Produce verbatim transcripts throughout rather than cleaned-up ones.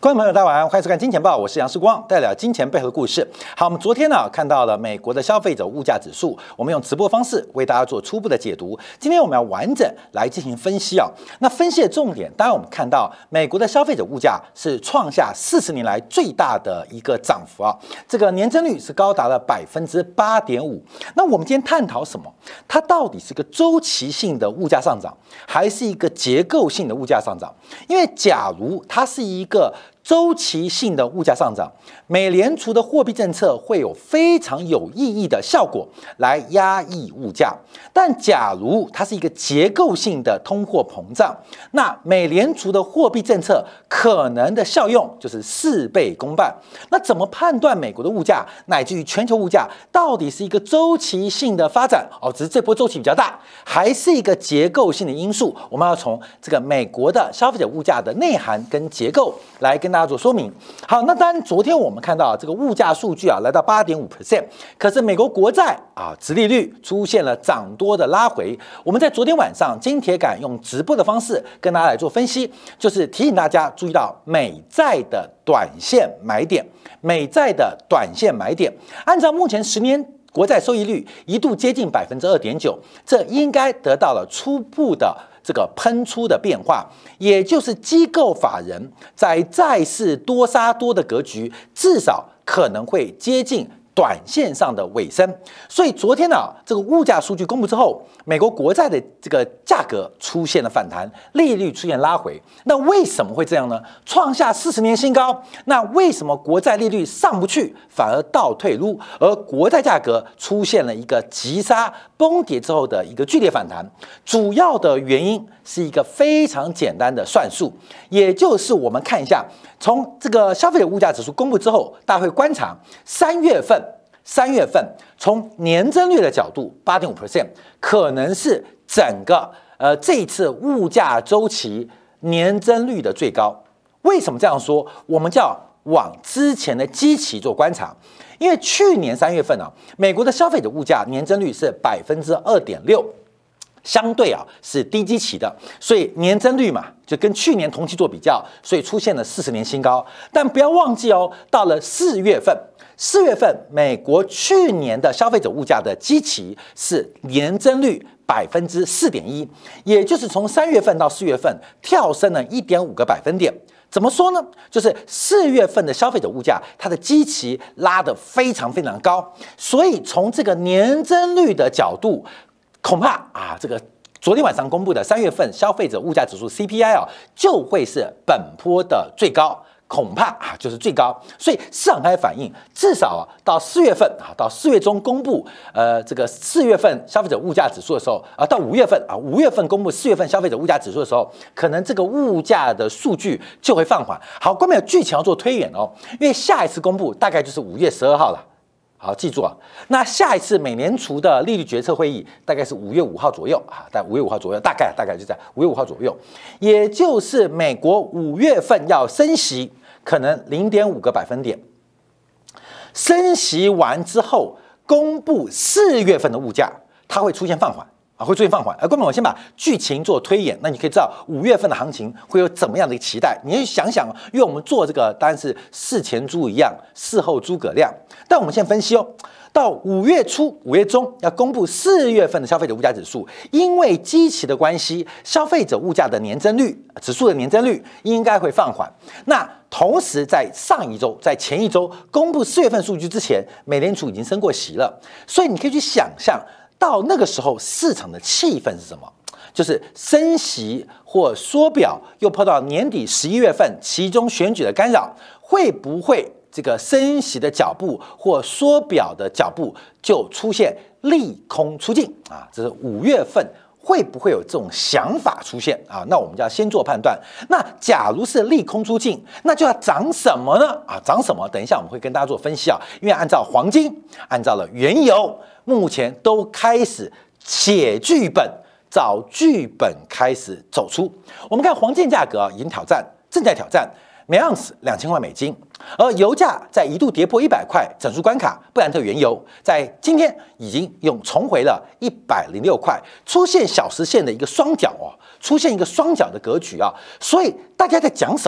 观众朋友，大家晚上好，欢迎收看《金钱报》，我是杨世光，带来金钱背后的故事。好，我们昨天呢看到了美国的消费者物价指数，我们用直播方式为大家做初步的解读。今天我们要完整来进行分析啊。那分析的重点，当然我们看到美国的消费者物价是创下四十年来最大的一个涨幅啊，这个年增率是高达了百分之八点五。那我们今天探讨什么？它到底是一个周期性的物价上涨，还是一个结构性的物价上涨？因为假如它是一个周期性的物价上涨，美联储的货币政策会有非常有意义的效果来压抑物价。但假如它是一个结构性的通货膨胀，那美联储的货币政策可能的效用就是事倍功半。那怎么判断美国的物价乃至于全球物价到底是一个周期性的发展哦，只是这波周期比较大，还是一个结构性的因素？我们要从这个美国的消费者物价的内涵跟结构来跟大家做说明。好，那当然，昨天我们看到这个物价数据啊，来到 百分之八点五， 可是美国国债啊，殖利率出现了涨多的拉回。我们在昨天晚上金铁杆用直播的方式跟大家来做分析，就是提醒大家注意到美债的短线买点，美债的短线买点，按照目前十年国债收益率一度接近 百分之二点九， 这应该得到了初步的这个喷出的变化，也就是机构法人在债市多杀多的格局，至少可能会接近短线上的尾声。所以昨天呢、啊，这个物价数据公布之后，美国国债的这个价格出现了反弹，利率出现拉回。那为什么会这样呢？创下四十年新高，那为什么国债利率上不去，反而倒退撸，而国债价格出现了一个急杀崩跌之后的一个剧烈反弹？主要的原因是一个非常简单的算术，也就是我们看一下，从这个消费者物价指数公布之后，大家会观察三月份。三月份从年增率的角度 百分之八点五 可能是整个呃这一次物价周期年增率的最高。为什么这样说？我们就要往之前的基期做观察，因为去年三月份啊，美国的消费者物价年增率是 百分之二点六。相对啊是低基期的，所以年增率嘛就跟去年同期做比较，所以出现了四十年新高。但不要忘记哦，到了四月份，四月份美国去年的消费者物价的基期是年增率百分之四点一，也就是从三月份到四月份跳升了一点五个百分点。怎么说呢？就是四月份的消费者物价，它的基期拉得非常非常高，所以从这个年增率的角度。恐怕啊，这个昨天晚上公布的三月份消费者物价指数 C P I 啊，就会是本波的最高，恐怕啊就是最高。所以市场开始反应，至少啊到四月份啊，到四月中公布呃这个四月份消费者物价指数的时候啊，到五月份啊五月份公布四月份消费者物价指数的时候，可能这个物价的数据就会放缓。好，关键有剧情要做推演哦，因为下一次公布大概就是五月十二号了。好，记住啊，那下一次美联储的利率决策会议大概是五月五号左右啊，在五月五号左右，大概大概就在五月五号左右，也就是美国五月份要升息，可能零点五个百分点。升息完之后，公布四月份的物价，它会出现放缓。啊，会出现放缓。而观众，我先把剧情做推演，那你可以知道五月份的行情会有怎么样的一个期待。你去想想，因为我们做这个当然是事前诸一样，事后诸葛亮。但我们先分析哦，到五月初、五月中要公布四月份的消费者物价指数，因为基期的关系，消费者物价的年增率指数的年增率应该会放缓。那同时，在上一周、在前一周公布四月份数据之前，美联储已经升过息了，所以你可以去想象。到那个时候，市场的气氛是什么？就是升息或缩表，又碰到年底十一月份其中选举的干扰，会不会这个升息的脚步或缩表的脚步就出现利空出尽啊？这是五月份会不会有这种想法出现啊？那我们就要先做判断。那假如是利空出尽，那就要涨什么呢？啊，涨什么？等一下我们会跟大家做分析啊。因为按照黄金，按照了原油。目前都开始写剧本，找剧本开始走出。我们看黄金价格啊，已经挑战，正在挑战每盎司两千块美金，而油价在一度跌破一百块整数关卡，布兰特原油在今天已经用重回了一百零六块，出现小时线的一个双脚哦，出现一个双脚的格局啊。所以大家在讲什么？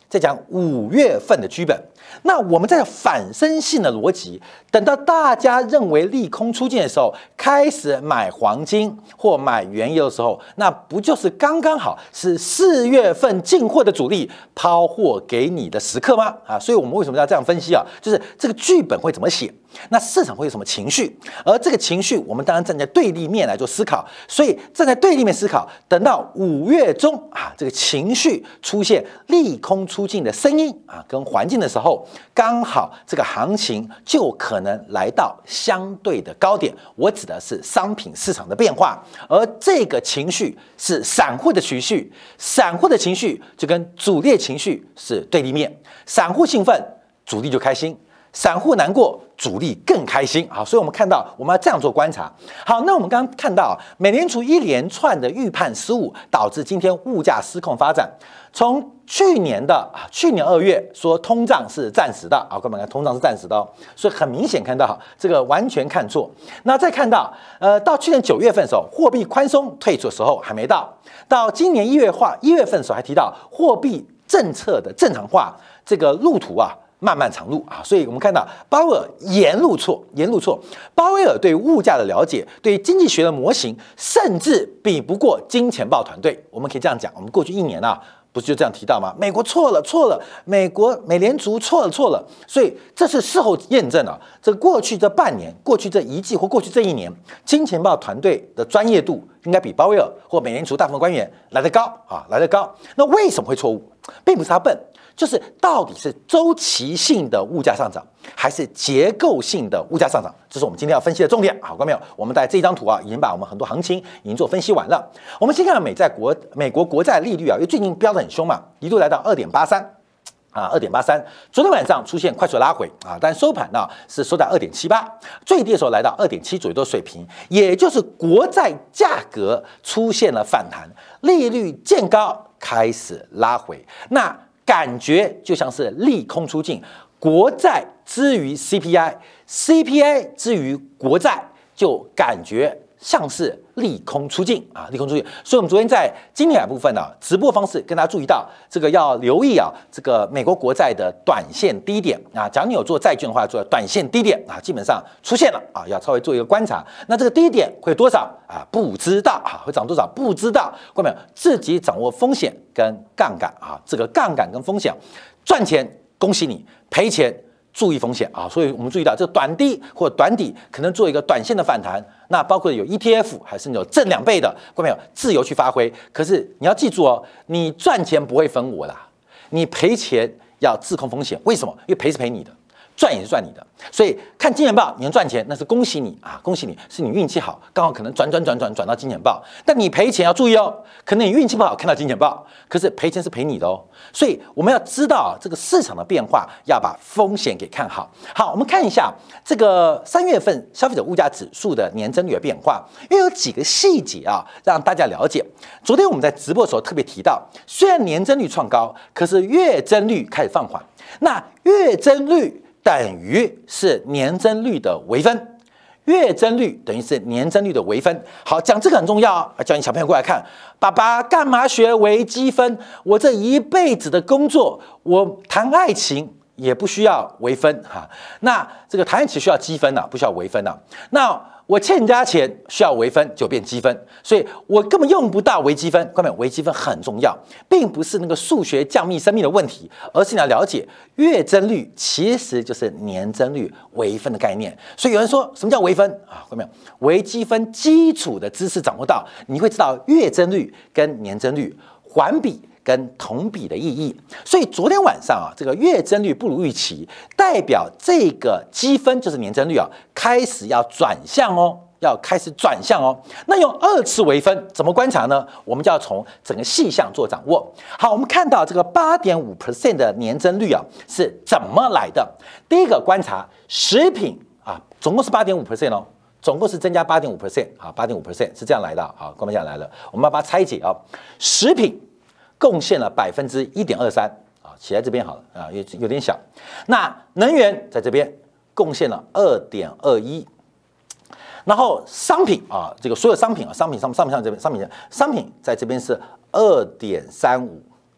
在讲五月份的基本。那我们在反身性的逻辑，等到大家认为利空出尽的时候，开始买黄金或买原油的时候，那不就是刚刚好是四月份进货的主力抛货给你的时刻吗？啊，所以我们为什么要这样分析啊？就是这个剧本会怎么写，那市场会有什么情绪，而这个情绪我们当然站在对立面来做思考，所以站在对立面思考，等到五月中啊，这个情绪出现利空出尽的声音啊，跟环境的时候，刚好这个行情就可能来到相对的高点。我指的是商品市场的变化，而这个情绪是散户的情绪，散户的情绪就跟主力情绪是对立面，散户兴奋，主力就开心。散户难过，主力更开心啊！所以我们看到，我们要这样做观察。好，那我们刚刚看到，美联储一连串的预判失误，导致今天物价失控发展。从去年的啊，去年二月说通胀是暂时的啊，各位看，通胀是暂时的哦，所以很明显看到这个完全看错。那再看到，呃，到去年九月份的时候，货币宽松退出的时候还没到，到今年一月化一月份的时候还提到货币政策的正常化这个路途啊。漫漫长路啊，所以我们看到鲍威尔沿路错，沿路错。鲍威尔对物价的了解，对经济学的模型，甚至比不过金钱豹团队。我们可以这样讲，我们过去一年啊，不是就这样提到吗？美国错了，错了，美国美联储错了，错了。所以这是事后验证啊，这过去这半年、过去这一季或过去这一年，金钱豹团队的专业度应该比鲍威尔或美联储大部分官员来得高啊，来得高。那为什么会错误？并不是他笨。就是到底是周期性的物价上涨，还是结构性的物价上涨？这是我们今天要分析的重点。好，观众朋友，我们在这张图啊，已经把我们很多行情已经做分析完了。我们先看美债国美国国债利率啊，因为最近飙得很凶嘛，一度来到二点八三。啊，二点八三，昨天晚上出现快速拉回啊，但收盘呢是收在二点七八，最低的时候来到二点七左右的水平，也就是国债价格出现了反弹，利率见高开始拉回，那感觉就像是利空出尽，国债之于 C P I，C P I 之于国债，就感觉像是利空出尽啊，利空出尽。所以，我们昨天在经典部分呢、啊，直播方式跟大家注意到，这个要留意啊，这个美国国债的短线低点啊，假如你有做债券的话，做短线低点啊，基本上出现了啊，要稍微做一个观察。那这个低点会多少啊？不知道啊，会涨多少？不知道。各位自己掌握风险跟杠杆啊，这个杠杆跟风险，赚钱恭喜你，赔钱。注意风险啊，所以我们注意到这个短低或短底可能做一个短线的反弹，那包括有 E T F 还是有正两倍的，各位朋友自由去发挥。可是你要记住哦，你赚钱不会分我啦，你赔钱要自控风险。为什么？因为赔是赔你的，赚也是赚你的。所以看金钱豹，你能赚钱那是恭喜你啊，恭喜你，是你运气好，刚好可能转转转转转到金钱豹。但你赔钱要注意哦，可能你运气不好看到金钱豹，可是赔钱是赔你的哦。所以我们要知道这个市场的变化，要把风险给看好。好，我们看一下这个三月份消费者物价指数的年增率的变化，因为有几个细节啊，让大家了解。昨天我们在直播的时候特别提到，虽然年增率创高，可是月增率开始放缓。那月增率等于是年增率的微分，月增率等于是年增率的微分。好，讲这个很重要啊，叫你小朋友过来看，爸爸干嘛学微积分？我这一辈子的工作，我谈爱情也不需要微分哈。那这个谈爱情需要积分啊，不需要微分啊。那我欠人家钱需要微分就变积分，所以我根本用不到微积分。各位，微积分很重要，并不是那个数学降密生命的问题，而是你要了解月增率其实就是年增率微分的概念。所以有人说什么叫微分啊？各位，微积分基础的知识掌握到，你会知道月增率跟年增率环比跟同比的意义。所以昨天晚上啊，这个月增率不如预期，代表这个积分就是年增率啊，开始要转向哦，要开始转向哦。那用二次微分怎么观察呢？我们就要从整个细项做掌握。好，我们看到这个 百分之八点五 的年增率啊是怎么来的？第一个观察食品啊，总共是 百分之八点五 哦。总共是增加 百分之八点五 啊 ，百分之八点五 是这样来的啊，官方讲来了，我们要把它拆解啊。食品贡献了百分之一点二三啊，写在这边好了啊，有有点小。那能源在这边贡献了二点二一，然后商品啊，这个所有商品啊，商品上商品上这边商品商品在这边是二点三五，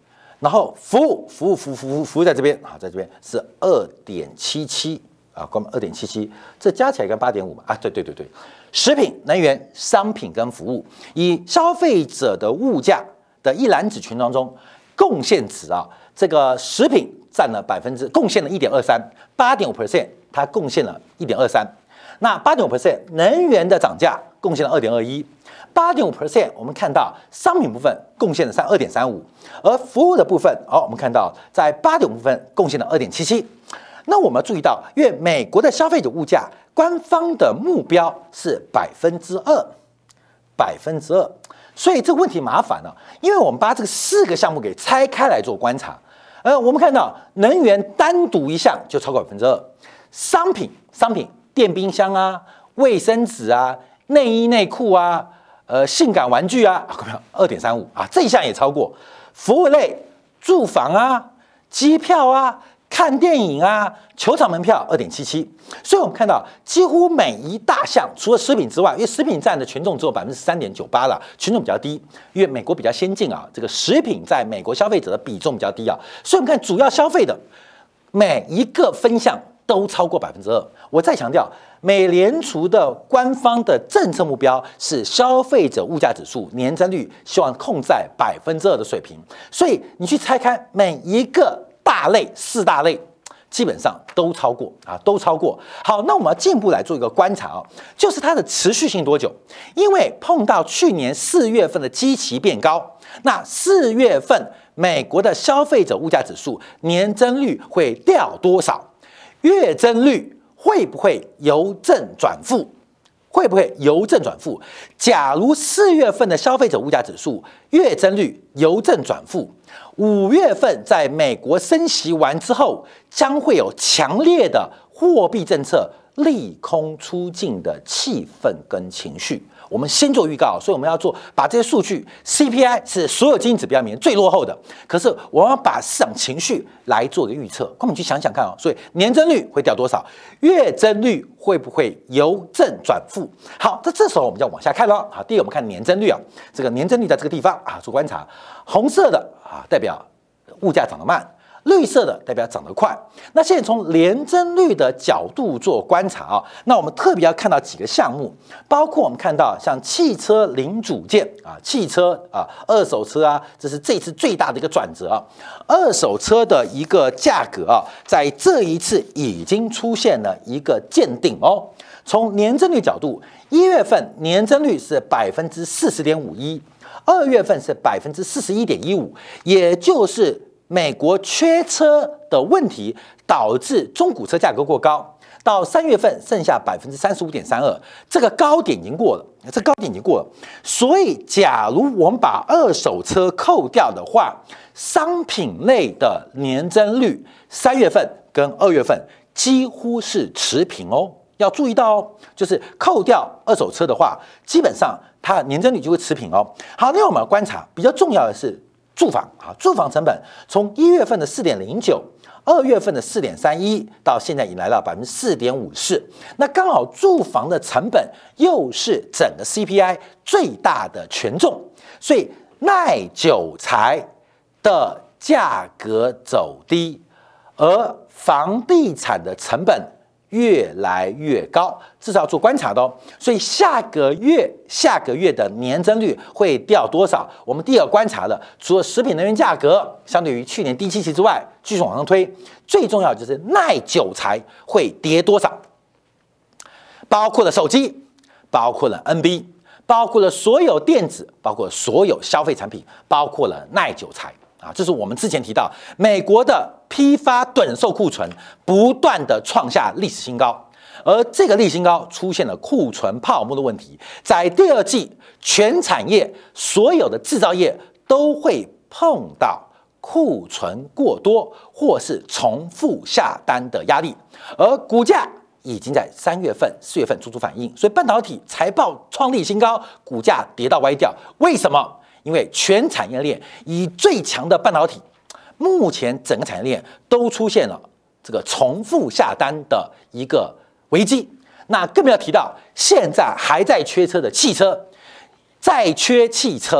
然后服务服务服务服务服务在这边啊，在这边是二点七七啊，关二点七七，这加起来跟八点五嘛啊，对对对对，食品、能源、商品跟服务，以消费者的物价的一篮子群当中，贡献值啊，这个食品占了百分之贡献了一点二三，八点五 percent 它贡献了一点二三，那八点五 percent 能源的涨价贡献了二点二一。八点五 percent， 我们看到商品部分贡献了三二点三五，而服务的部分，哦，我们看到在八点五部分贡献了二点七七。那我们要注意到，因为美国的消费者物价官方的目标是百分之二，百分之二，所以这个问题麻烦了，因为我们把这个四个项目给拆开来做观察，呃，我们看到能源单独一项就超过百分之二，商品商品电冰箱啊、卫生纸啊、内衣内裤啊。呃，性感玩具啊，二点三五啊，这一项也超过。服务类，住房啊、机票啊、看电影啊、球场门票，二点七七。所以我们看到，几乎每一大项，除了食品之外，因为食品占的权重只有百分之三点九八了，权重比较低。因为美国比较先进啊，这个食品在美国消费者的比重比较低啊，所以我们看主要消费的每一个分项都超过百分之二。我再强调。美联储的官方的政策目标是消费者物价指数年增率，希望控在百分之二的水平。所以你去拆开每一个大类四大类，基本上都超过啊，都超过。好，那我们要进一步来做一个观察啊，就是它的持续性多久？因为碰到去年四月份的基期变高，那四月份美国的消费者物价指数年增率会掉多少？月增率。会不会由正转负？会不会由正转负？假如四月份的消费者物价指数月增率由正转负，五月份在美国升息完之后，将会有强烈的货币政策利空出尽的气氛跟情绪。我们先做预告，所以我们要做把这些数据 ，C P I 是所有经济指标里面最落后的，可是我们要把市场情绪来做个预测。我们去想想看哦，所以年增率会掉多少？月增率会不会由正转负？好，那这时候我们就要往下看了。好，第一个我们看年增率啊，这个年增率在这个地方啊做观察，红色的啊代表物价涨得慢。绿色的代表涨得快。那现在从年增率的角度做观察啊，那我们特别要看到几个项目，包括我们看到像汽车零组件啊、汽车啊、二手车啊，这是这次最大的一个转折啊。二手车的一个价格啊，在这一次已经出现了一个见顶哦。从年增率角度，一月份年增率是百分之四十点五一，二月份是百分之四十一点一五，也就是美国缺车的问题导致中古车价格过高，到三月份剩下百分之三十五点三二，这个高点已经过了，这高点已经过了。所以，假如我们把二手车扣掉的话，商品类的年增率三月份跟二月份几乎是持平哦。要注意到哦，就是扣掉二手车的话，基本上它的年增率就会持平哦。好，那我们要观察比较重要的是。住房啊，住房成本从一月份的四点零九，二月份的四点三一，到现在已来到百分之四点五四。那刚好住房的成本又是整个 C P I 最大的权重，所以耐久材的价格走低，而房地产的成本越来越高，这是要做观察的哦。所以下个月下个月的年增率会掉多少？我们第二个观察的，除了食品能源价格相对于去年低基期之外，继续往上推，最重要的就是耐久材会跌多少？包括了手机，包括了 N B， 包括了所有电子，包括所有消费产品，包括了耐久材。啊，这是我们之前提到，美国的批发趸售库存不断的创下历史新高，而这个历史新高出现了库存泡沫的问题，在第二季全产业所有的制造业都会碰到库存过多或是重复下单的压力，而股价已经在三月份、四月份做出反应，所以半导体财报创历新高，股价跌到歪掉，为什么？因为全产业链以最强的半导体，目前整个产业链都出现了这个重复下单的一个危机。那更不要提到现在还在缺车的汽车，再缺汽车，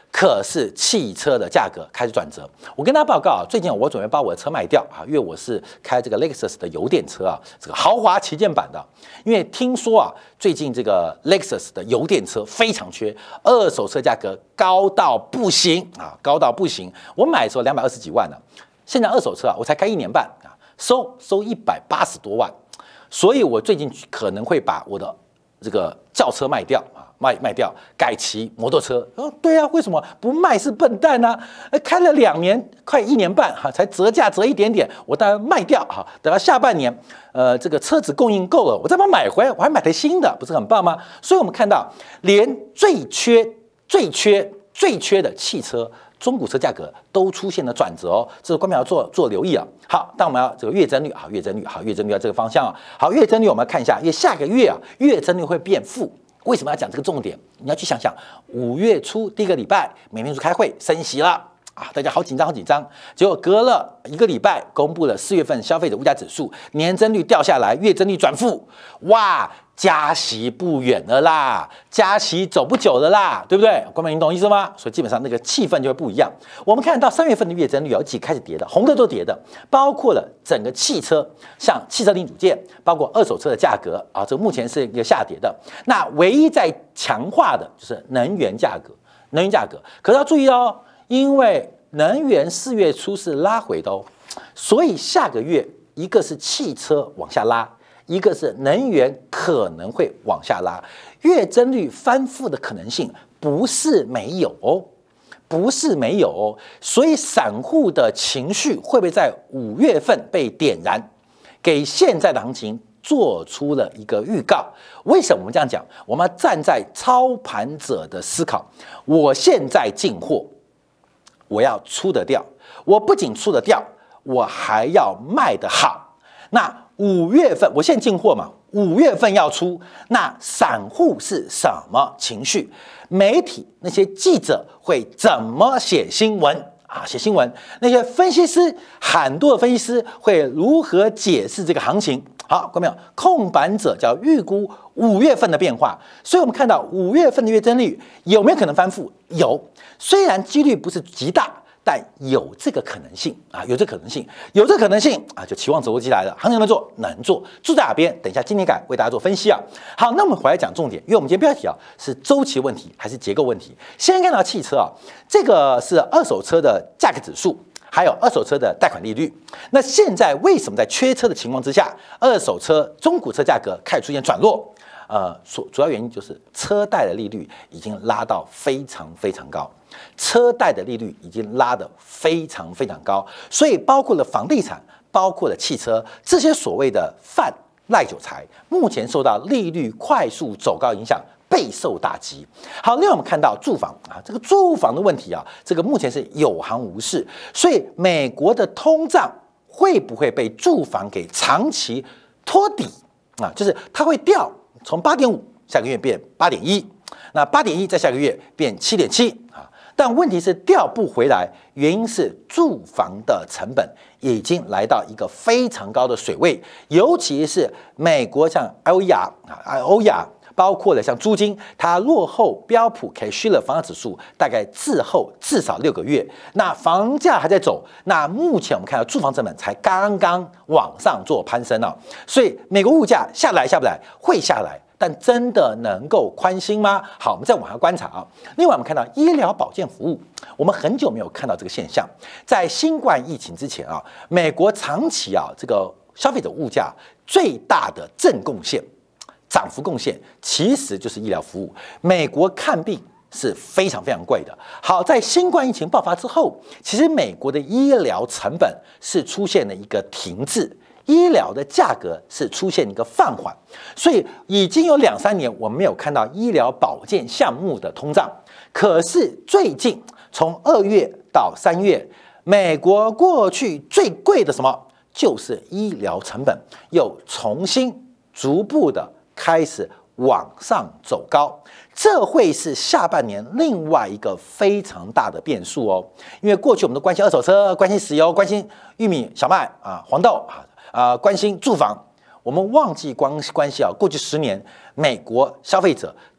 可是汽车的价格开始转折。我跟大家报告啊，最近我准备把我的车卖掉啊，因为我是开这个 Lexus 的油电车啊，这个豪华旗舰版的。因为听说啊，最近这个 Lexus 的油电车非常缺，二手车价格高到不行啊，高到不行。我买的时候两百二十几万呢、啊，现在二手车啊，我才开一年半啊，收收一百八十多万，所以我最近可能会把我的这个轿车卖掉啊。卖卖掉，改骑摩托车。哦，对啊，为什么不卖是笨蛋呢、啊？开了两年，快一年半哈、啊，才折价折一点点，我当然卖掉哈、啊。等到下半年，呃，这个车子供应够了，我再把它买回来，我还买台新的，不是很棒吗？所以我们看到，连最缺、最缺、最缺的汽车。中古车价格都出现了转折哦，这个观众要做做留意啊。好，但我们要这个月增率，好，月增率，好，月增率要这个方向啊。好，月增率我们要看一下，因为下个月啊，月增率会变负。为什么要讲这个重点？你要去想想，五月初第一个礼拜，美联储开会升息了啊，大家好紧张，好紧张。结果隔了一个礼拜，公布了四月份消费者物价指数，年增率掉下来，月增率转负，哇！加息不远了啦，加息走不久了啦，对不对？观众，你懂意思吗？所以基本上那个气氛就会不一样。我们看到三月份的月增率有几开始跌的，红的都跌的，包括了整个汽车，像汽车零组件，包括二手车的价格啊，这目前是一个下跌的。那唯一在强化的就是能源价格，能源价格。可是要注意哦，因为能源四月初是拉回的哦，所以下个月一个是汽车往下拉。一个是能源可能会往下拉，月增率翻负的可能性不是没有哦，不是没有哦，所以散户的情绪会不会在五月份被点燃，给现在的行情做出了一个预告？为什么我们这样讲？我们要站在操盘者的思考，我现在进货，我要出得掉，我不仅出得掉，我还要卖得好，那。五月份我现在进货嘛，五月份要出，那散户是什么情绪？媒体那些记者会怎么写新闻啊？写新闻，那些分析师，很多的分析师会如何解释这个行情？好，观众朋友，控盘者叫预估五月份的变化，所以我们看到五月份的月增率有没有可能翻负？有，虽然几率不是极大。但有这个可能性啊，有这可能性，有这可能性啊，就期望走过机来了。行情能做，能做，住在哪边？等一下今天改为大家做分析啊。好，那我们回来讲重点，因为我们今天标题啊是周期问题还是结构问题？先看到汽车啊，这个是二手车的价格指数，还有二手车的贷款利率。那现在为什么在缺车的情况之下，二手车、中古车价格开始出现转弱？呃，主主要原因就是车贷的利率已经拉到非常非常高。车贷的利率已经拉得非常非常高，所以包括了房地产，包括了汽车，这些所谓的泛赖韭财，目前受到利率快速走高影响，备受打击。好，另外我们看到住房啊，这个住房的问题啊，这个目前是有行无市，所以美国的通胀会不会被住房给长期托底啊？就是它会掉，从八点五下个月变八点一，那八点一在下个月变七点七啊。但问题是调不回来，原因是住房的成本已经来到一个非常高的水位，尤其是美国像欧亚啊、欧亚，包括了像租金，它落后标普 Case-Shiller 房价指数大概滞后至少六个月。那房价还在走，那目前我们看到住房成本才刚刚往上做攀升啊，所以美国物价下来下不来，会下来。但真的能够宽心吗？好，我们再往下观察啊。另外，我们看到医疗保健服务，我们很久没有看到这个现象。在新冠疫情之前啊，美国长期啊这个消费者物价最大的正贡献、涨幅贡献，其实就是医疗服务。美国看病是非常非常贵的。好，在新冠疫情爆发之后，其实美国的医疗成本是出现了一个停滞。医疗的价格是出现一个放缓，所以已经有两三年我们没有看到医疗保健项目的通胀。可是最近从二月到三月，美国过去最贵的什么，就是医疗成本又重新逐步的开始往上走高，这会是下半年另外一个非常大的变数哦。因为过去我们都关心二手车、关心石油、关心玉米、小麦啊、黄豆啊。啊、呃，关心住房，我们忘记关关系啊。过去十年，美国消费者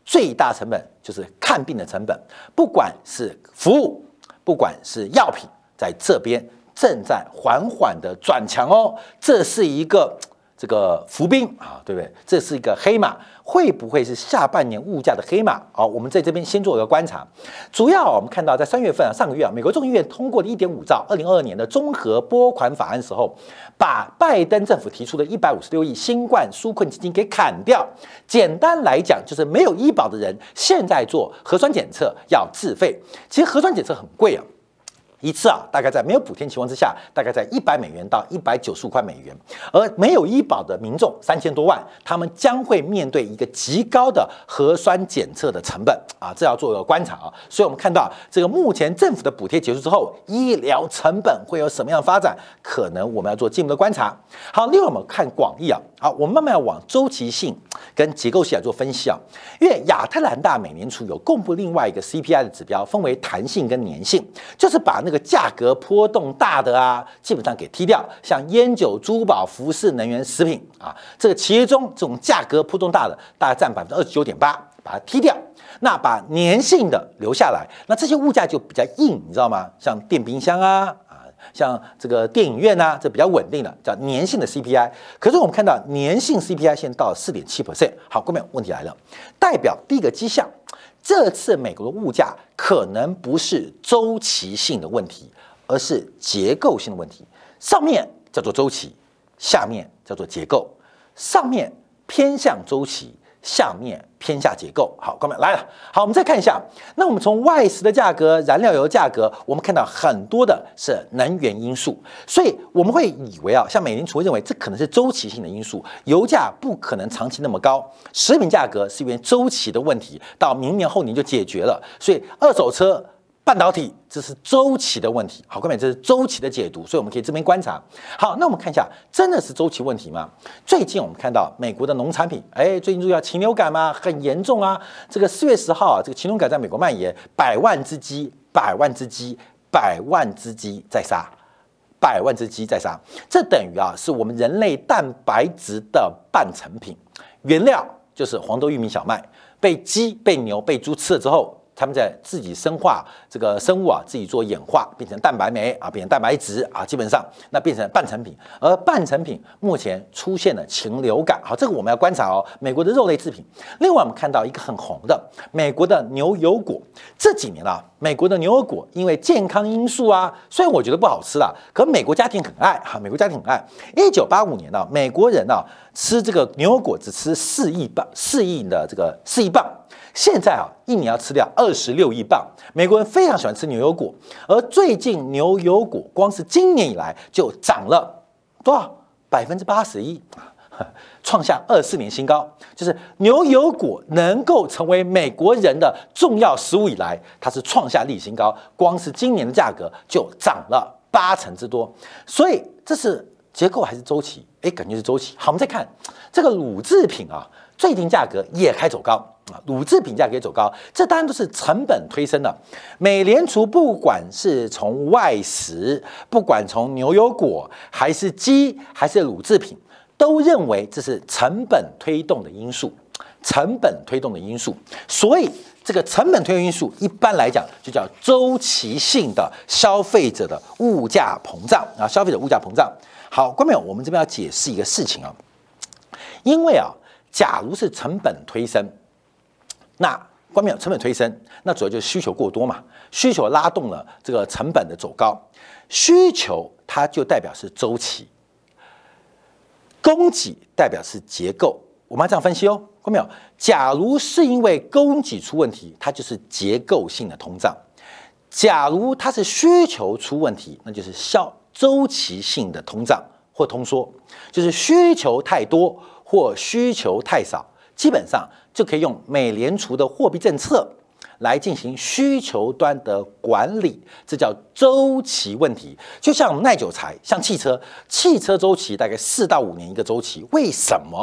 最大成本就是看病的成本，不管是服务，不管是药品，在这边正在缓缓的转强哦，这是一个这个伏兵啊，对不对？这是一个黑马，会不会是下半年物价的黑马？好，我们在这边先做一个观察。主要我们看到，在三月份啊，上个月啊，美国众议院通过了一点五兆二零二二年的综合拨款法案时候，把拜登政府提出的一百五十六亿新冠纾困基金给砍掉。简单来讲，就是没有医保的人现在做核酸检测要自费。其实核酸检测很贵啊。一次啊，大概在没有补贴情况之下，大概在一百美元到一百九十五块美元。而没有医保的民众三千多万，他们将会面对一个极高的核酸检测的成本啊，这要做一个观察啊。所以我们看到这个目前政府的补贴结束之后，医疗成本会有什么样的发展？可能我们要做进一步的观察。好，另外我们看广义啊，好，我们慢慢要往周期性跟结构性来做分析啊。因为亚特兰大美联储有公布另外一个 C P I 的指标，分为弹性跟粘性，就是把那个价格波动大的啊，基本上给踢掉，像烟酒、珠宝、服饰、能源、食品啊，这个其中这种价格波动大的，大概占百分之二十九点八，把它踢掉。那把粘性的留下来，那这些物价就比较硬，你知道吗？像电冰箱啊。像这个电影院啊，这比较稳定的，叫粘性的 C P I。可是我们看到粘性 C P I 现在到 四点七 percent。好，各位问题来了，代表第一个迹象，这次美国的物价可能不是周期性的问题，而是结构性的问题。上面叫做周期，下面叫做结构，上面偏向周期。下面偏下结构，好，各位来了，好，我们再看一下。那我们从外食的价格、燃料油价格，我们看到很多的是能源因素，所以我们会以为啊，像美联储会认为这可能是周期性的因素，油价不可能长期那么高，食品价格是因为周期的问题，到明年后年就解决了，所以二手车。半导体这是周期的问题，好，各位，这是周期的解读，所以我们可以这边观察。好，那我们看一下，真的是周期问题吗？最近我们看到美国的农产品，哎，最近注意到禽流感嘛，很严重啊。这个四月十号啊，这个禽流感在美国蔓延，百万只鸡，百万只鸡，百万只鸡在杀，百万只鸡在杀，这等于啊，是我们人类蛋白质的半成品，原料就是黄豆、玉米、小麦，被鸡、被牛、被猪吃了之后。他们在自己生化这个生物啊，自己做演化，变成蛋白酶啊，变成蛋白质啊，基本上那变成半成品。而半成品目前出现了禽流感，好，这个我们要观察哦。美国的肉类制品，另外我们看到一个很红的美国的牛油果，这几年啊，美国的牛油果因为健康因素啊，虽然我觉得不好吃啦，可美国家庭很爱哈，美国家庭很爱。一九八五年啊，美国人啊吃这个牛油果只吃四亿磅，四亿的这个四亿磅。现在啊，一年要吃掉二十六亿磅。美国人非常喜欢吃牛油果，而最近牛油果光是今年以来就涨了多少？百分之八十一，创下二四年新高。就是牛油果能够成为美国人的重要食物以来，它是创下历史新高，光是今年的价格就涨了八成之多。所以这是结构还是周期？哎，感觉是周期。好，我们再看这个乳制品啊，最近价格也开走高。乳制品价格走高，这当然都是成本推升的。美联储不管是从外食，不管从牛油果，还是鸡，还是乳制品，都认为这是成本推动的因素。成本推动的因素，所以这个成本推动因素一般来讲就叫周期性的消费者的物价膨胀啊，消费者物价膨胀。好，观众朋友，我们这边要解释一个事情啊，因为啊，假如是成本推升。那关键有成本推升，那主要就是需求过多嘛，需求拉动了这个成本的走高，需求它就代表是周期，供给代表是结构，我们要这样分析哦，看到没有？假如是因为供给出问题，它就是结构性的通胀；假如它是需求出问题，那就是消周期性的通胀或通缩，就是需求太多或需求太少。基本上就可以用美联储的货币政策来进行需求端的管理，这叫周期问题。就像耐久材，像汽车，汽车周期大概四到五年一个周期。为什么？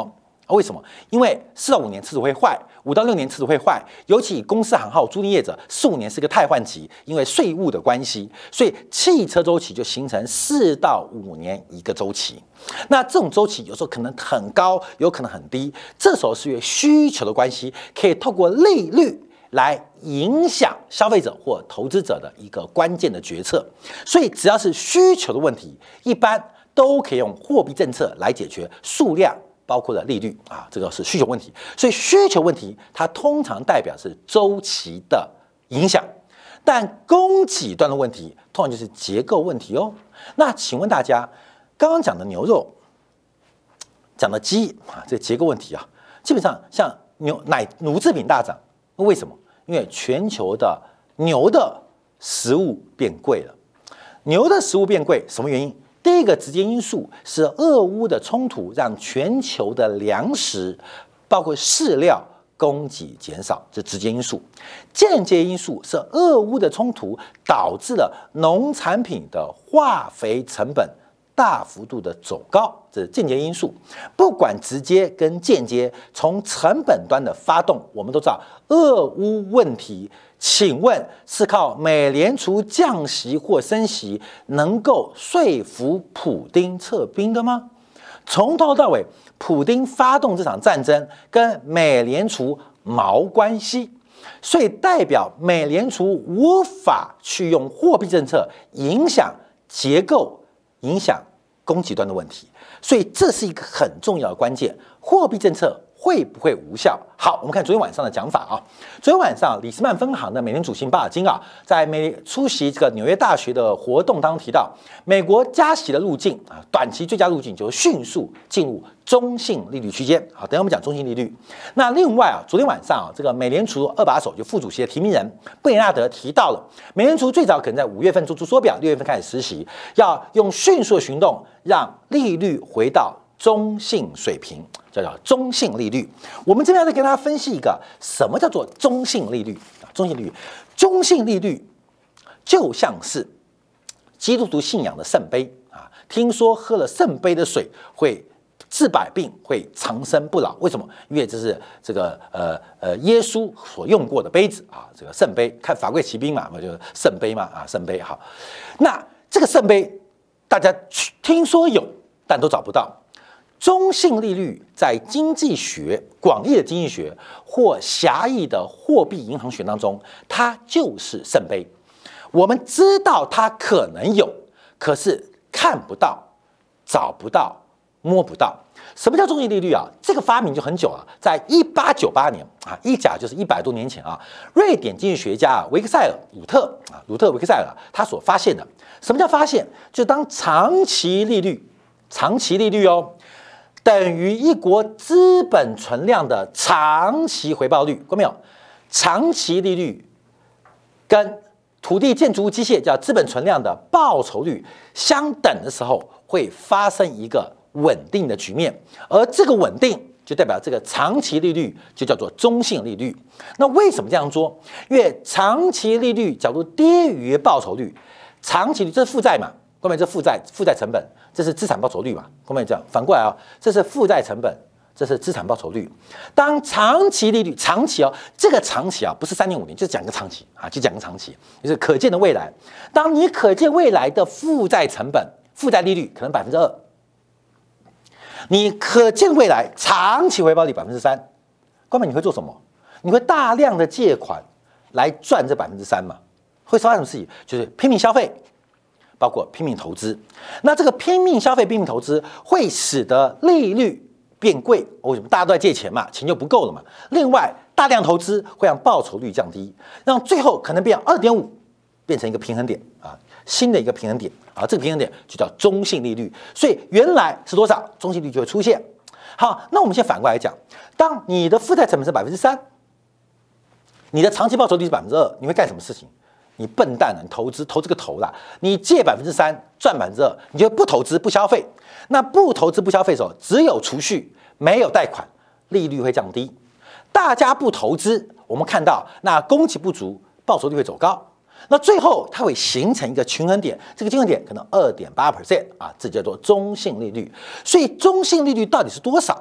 为什么？因为四到五年车子会坏，五到六年车子会坏，尤其以公司行号租赁业者，四五年是个汰换期，因为税务的关系，所以汽车周期就形成四到五年一个周期。那这种周期有时候可能很高，有可能很低，这时候是因为需求的关系，可以透过利率来影响消费者或投资者的一个关键的决策。所以只要是需求的问题，一般都可以用货币政策来解决，数量包括了利率啊，这个是需求问题。所以需求问题它通常代表是周期的影响，但供给端的问题通常就是结构问题哦。那请问大家，刚刚讲的牛肉，讲的鸡啊，这结构问题啊，基本上像牛奶乳制品大涨，为什么？因为全球的牛的食物变贵了。牛的食物变贵，什么原因？第一个直接因素是俄乌的冲突让全球的粮食，包括饲料供给减少，这直接因素。间接因素是俄乌的冲突导致了农产品的化肥成本大幅度的走高，这是间接因素。不管直接跟间接，从成本端的发动，我们都知道俄乌问题，请问是靠美联储降息或升息能够说服普丁撤兵的吗？从头到尾，普丁发动这场战争跟美联储毛关系，所以代表美联储无法去用货币政策影响结构，影响供给端的问题，所以这是一个很重要的关键。货币政策会不会无效？好，我们看昨天晚上的讲法啊。昨天晚上，里斯曼分行的美联储主席巴尔金啊，在美出席这个纽约大学的活动当中提到，美国加息的路径啊，短期最佳路径就是迅速进入中性利率区间。好，等一下我们讲中性利率。那另外啊，昨天晚上啊，这个美联储二把手就副主席的提名人贝纳德提到了，美联储最早可能在五月份做出缩表，六月份开始实习，要用迅速的行动让利率回到中性水平，叫做中性利率。我们这边再跟大家分析一个什么叫做中性利率啊？中性利率，中性利率就像是基督徒信仰的圣杯啊。听说喝了圣杯的水会治百病，会长生不老。为什么？因为这是这个呃呃耶稣所用过的杯子啊，这个圣杯。看法贵骑兵嘛，就是圣杯嘛啊，圣杯好。那这个圣杯大家听说有，但都找不到。中性利率在经济学广义的经济学或狭义的货币银行学当中，它就是圣杯。我们知道它可能有，可是看不到、找不到、摸不到。什么叫中性利率啊？这个发明就很久了，在一八九八年啊，一甲就是一百多年前啊，瑞典经济学家啊维克塞尔鲁特啊鲁特维克塞尔他所发现的。什么叫发现？就当长期利率，长期利率哦。等于一国资本存量的长期回报率，看到没有？长期利率跟土地、建筑物、机械叫资本存量的报酬率相等的时候，会发生一个稳定的局面，而这个稳定就代表这个长期利率就叫做中性利率。那为什么这样说？因为长期利率假如低于报酬率，长期率这是负债嘛？各位，这负债负债成本，这是资产报酬率嘛？各位这样反过来啊，这是负债成本，这是资产报酬率。当长期利率长期哦，这个长期啊不是三年五年，就讲个长期啊，就讲个长期，就是可见的未来。当你可见未来的负债成本、负债利率可能百分之二，你可见未来长期回报率百分之三，各位你会做什么？你会大量的借款来赚这百分之三嘛？会发生什么事情？就是拼命消费。包括拼命投资，那这个拼命消费、拼命投资会使得利率变贵。为什么？大家都在借钱嘛，钱就不够了嘛。另外，大量投资会让报酬率降低，让最后可能变二点五，变成一个平衡点啊，新的一个平衡点啊，这个平衡点就叫中性利率。所以原来是多少，中性利率就会出现。好，那我们现在反过来讲，当你的负债成本是百分之三，你的长期报酬率是百分之二，你会干什么事情？你笨蛋啊！你投资投这个头啦，你借百分之三赚百分之二，你就不投资不消费。那不投资不消费的时候，只有储蓄没有贷款，利率会降低。大家不投资，我们看到那供给不足，报酬率会走高。那最后它会形成一个均衡点，这个均衡点可能 百分之二点八 啊，这叫做中性利率。所以中性利率到底是多少？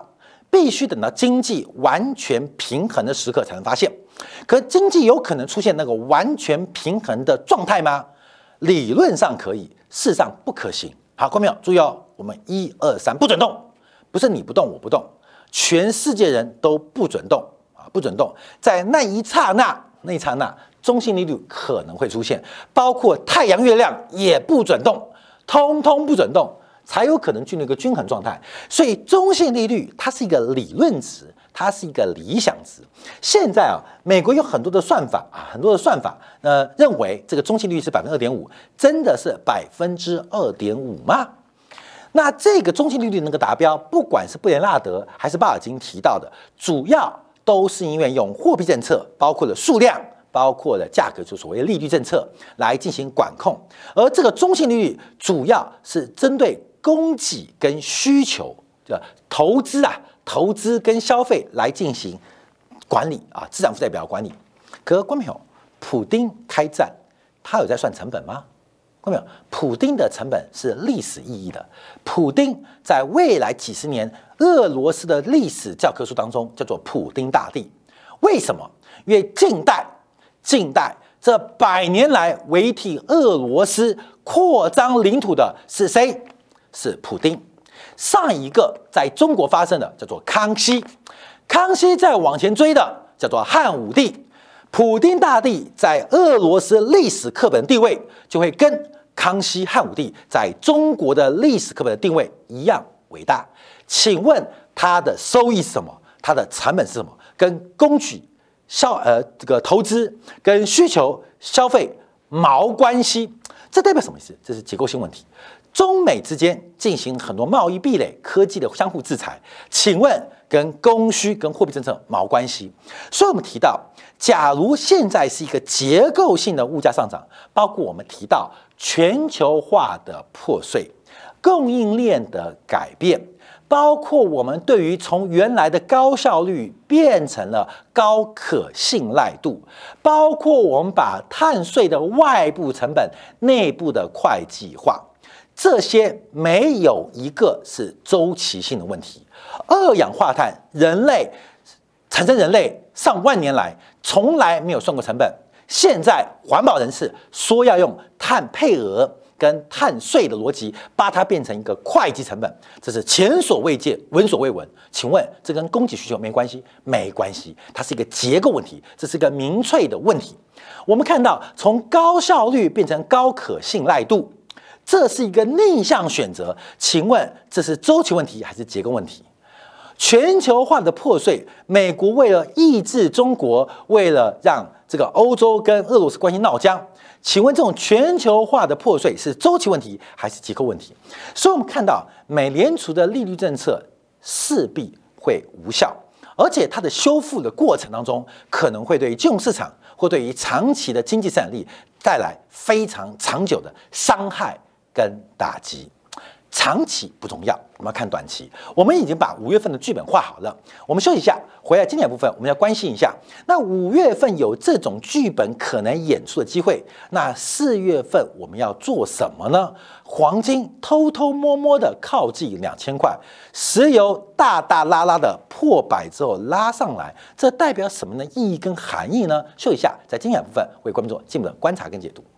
必须等到经济完全平衡的时刻才能发现。可经济有可能出现那个完全平衡的状态吗？理论上可以，事实上不可行。好，观众朋友注意哦，我们一二三不准动，不是你不动我不动，全世界人都不准动啊，不准动。在那一刹那，那一刹那，中性利率可能会出现，包括太阳、月亮也不准动，通通不准动。才有可能进入一个均衡状态，所以中性利率它是一个理论值，它是一个理想值。现在啊，美国有很多的算法啊，很多的算法，呃，认为这个中性利率是百分之二点五，真的是百分之二点五吗？那这个中性利率能够达标，不管是布雷纳德还是巴尔金提到的，主要都是因为用货币政策，包括了数量。包括了价格，就所谓利率政策来进行管控，而这个中性利率主要是针对供给跟需求的投资啊，投资跟消费来进行管理啊，资产负债表管理。可观众朋友，普丁开战，他有在算成本吗？观众朋友，普丁的成本是历史意义的，普丁在未来几十年俄罗斯的历史教科书当中叫做普丁大帝。为什么？因为近代。近代这百年来维替俄罗斯扩张领土的是谁？是普丁。上一个在中国发生的叫做康熙，康熙再往前追的叫做汉武帝。普丁大帝在俄罗斯历史课本地位就会跟康熙、汉武帝在中国的历史课本的定位一样伟大。请问它的收益是什么？它的成本是什么？跟工具。消呃，这个投资跟需求消费毛关系，这代表什么意思？这是结构性问题。中美之间进行很多贸易壁垒、科技的相互制裁，请问跟供需跟货币政策毛关系？所以我们提到，假如现在是一个结构性的物价上涨，包括我们提到全球化的破碎、供应链的改变。包括我们对于从原来的高效率变成了高可信赖度，包括我们把碳税的外部成本内部的会计化，这些没有一个是周期性的问题。二氧化碳，人类产生人类上万年来从来没有算过成本，现在环保人士说要用碳配额。跟碳税的逻辑，把它变成一个会计成本，这是前所未见、闻所未闻。请问这跟供给需求没关系？没关系，它是一个结构问题，这是一个民粹的问题。我们看到从高效率变成高可信赖度，这是一个逆向选择。请问这是周期问题还是结构问题？全球化的破碎，美国为了抑制中国，为了让这个欧洲跟俄罗斯关系闹僵。请问这种全球化的破碎是周期问题还是结构问题？所以我们看到美联储的利率政策势必会无效，而且它的修复的过程当中，可能会对于金融市场或对于长期的经济生产力带来非常长久的伤害跟打击。长期不重要，我们要看短期。我们已经把五月份的剧本画好了，我们休息一下，回来经典部分我们要关心一下。那五月份有这种剧本可能演出的机会，那四月份我们要做什么呢？黄金偷偷摸摸的靠近两千块，石油大大拉拉的破百之后拉上来，这代表什么呢？意义跟含义呢？休息一下，在经典部分为观众进一步的观察跟解读。